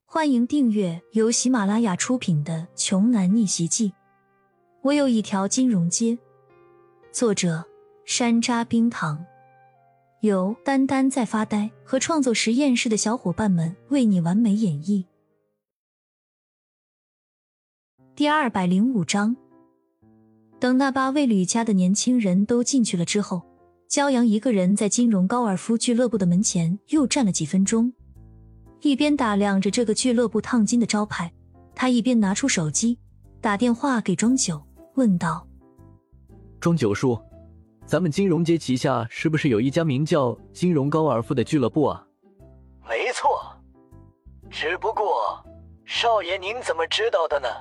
欢迎订阅由喜马拉雅出品的《穷男逆袭记》。我有一条金融街。作者：山楂冰糖，由丹丹在发呆和创作实验室的小伙伴们为你完美演绎。第205章。等那8位吕家的年轻人都进去了之后，骄阳一个人在金融高尔夫俱乐部的门前又站了几分钟，一边打量着这个俱乐部烫金的招牌，他一边拿出手机打电话给庄九，问道： 庄九叔，咱们金融街旗下是不是有一家名叫金融高尔夫的俱乐部啊？ 没错，只不过少爷您怎么知道的呢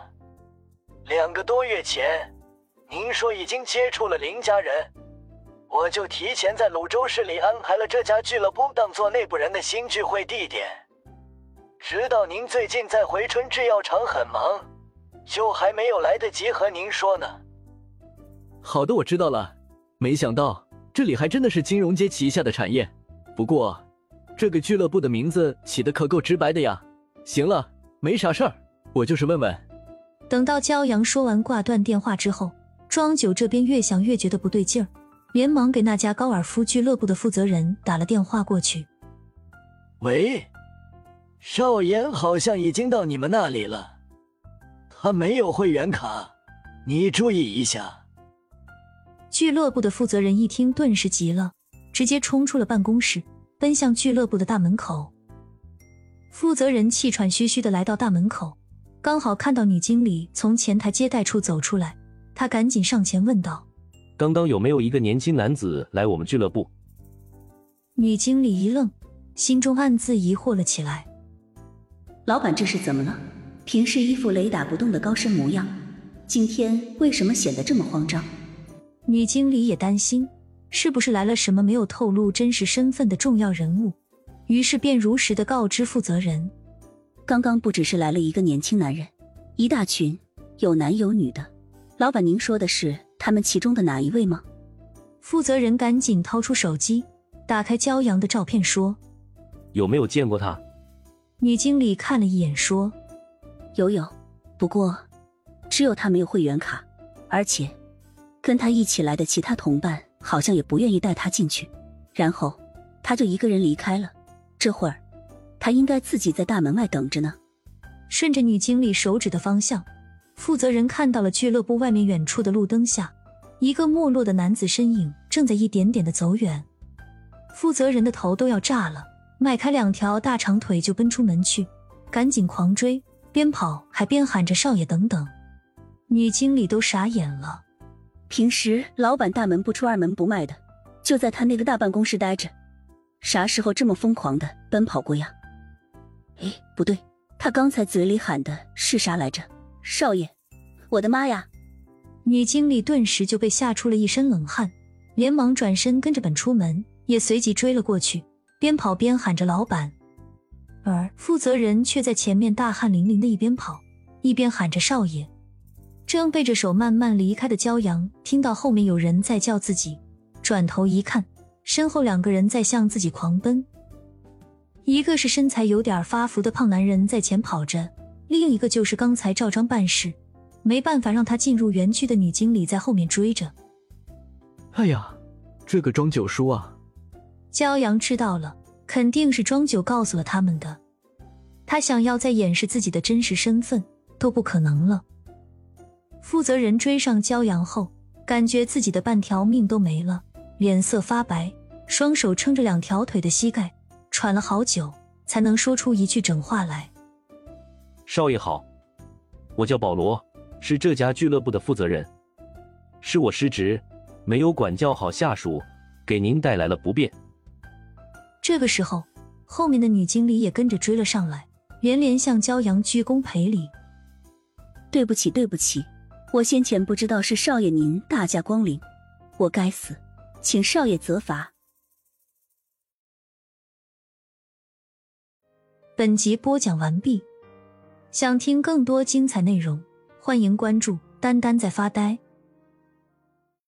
？2个多月前您说已经接触了林家人，我就提前在泸州市里安排了这家俱乐部当做内部人的新聚会地点。直到您最近在回春制药厂很忙，就还没有来得及和您说呢。 好的，我知道了。没想到这里还真的是金融街旗下的产业。不过这个俱乐部的名字起得可够直白的呀。行了，没啥事儿，我就是问问。 等到骄阳说完挂断电话之后，庄九这边越想越觉得不对劲儿，连忙给那家高尔夫俱乐部的负责人打了电话过去。 喂，少爷好像已经到你们那里了，他没有会员卡，你注意一下。 俱乐部的负责人一听顿时急了，直接冲出了办公室，奔向俱乐部的大门口。负责人气喘吁吁地来到大门口，刚好看到女经理从前台接待处走出来，他赶紧上前问道： 刚刚有没有一个年轻男子来我们俱乐部？ 女经理一愣，心中暗自疑惑了起来。 老板这是怎么了？平时一副雷打不动的高深模样，今天为什么显得这么慌张？ 女经理也担心是不是来了什么没有透露真实身份的重要人物，于是便如实地告知负责人： 刚刚不只是来了一个年轻男人，一大群，有男有女的。老板您说的是他们其中的哪一位吗？ 负责人赶紧掏出手机打开骄阳的照片说： 有没有见过他？ 女经理看了一眼说： 有，不过只有他没有会员卡，而且跟他一起来的其他同伴好像也不愿意带他进去，然后他就一个人离开了。这会儿他应该自己在大门外等着呢。 顺着女经理手指的方向，负责人看到了俱乐部外面远处的路灯下，一个没落的男子身影正在一点点地走远。负责人的头都要炸了，迈开2条大长腿就奔出门去，赶紧狂追，边跑还边喊着少爷等等。女经理都傻眼了。 平时老板大门不出二门不迈的，就在他那个大办公室待着，啥时候这么疯狂的奔跑过呀？诶，不对，他刚才嘴里喊的是啥来着？少爷，我的妈呀！ 女经理顿时就被吓出了一身冷汗，连忙转身跟着本出门，也随即追了过去，边跑边喊着老板。而负责人却在前面大汗淋漓的一边跑一边喊着少爷。正背着手慢慢离开的骄阳听到后面有人在叫自己，转头一看，身后2个人在向自己狂奔。一个是身材有点发福的胖男人在前跑着，另一个就是刚才照章办事没办法让他进入园区的女经理在后面追着。 哎呀，这个庄九叔啊！ 骄阳知道了，肯定是庄九告诉了他们的，他想要再掩饰自己的真实身份都不可能了。负责人追上骄阳后，感觉自己的半条命都没了，脸色发白，双手撑着2条腿的膝盖，喘了好久才能说出一句整话来。 少爷好，我叫保罗，是这家俱乐部的负责人。是我失职，没有管教好下属，给您带来了不便。 这个时候，后面的女经理也跟着追了上来，连连向骄阳鞠躬赔礼。 对不起，我先前不知道是少爷您大驾光临，我该死，请少爷责罚。 本集播讲完毕，想听更多精彩内容，欢迎关注丹丹在发呆。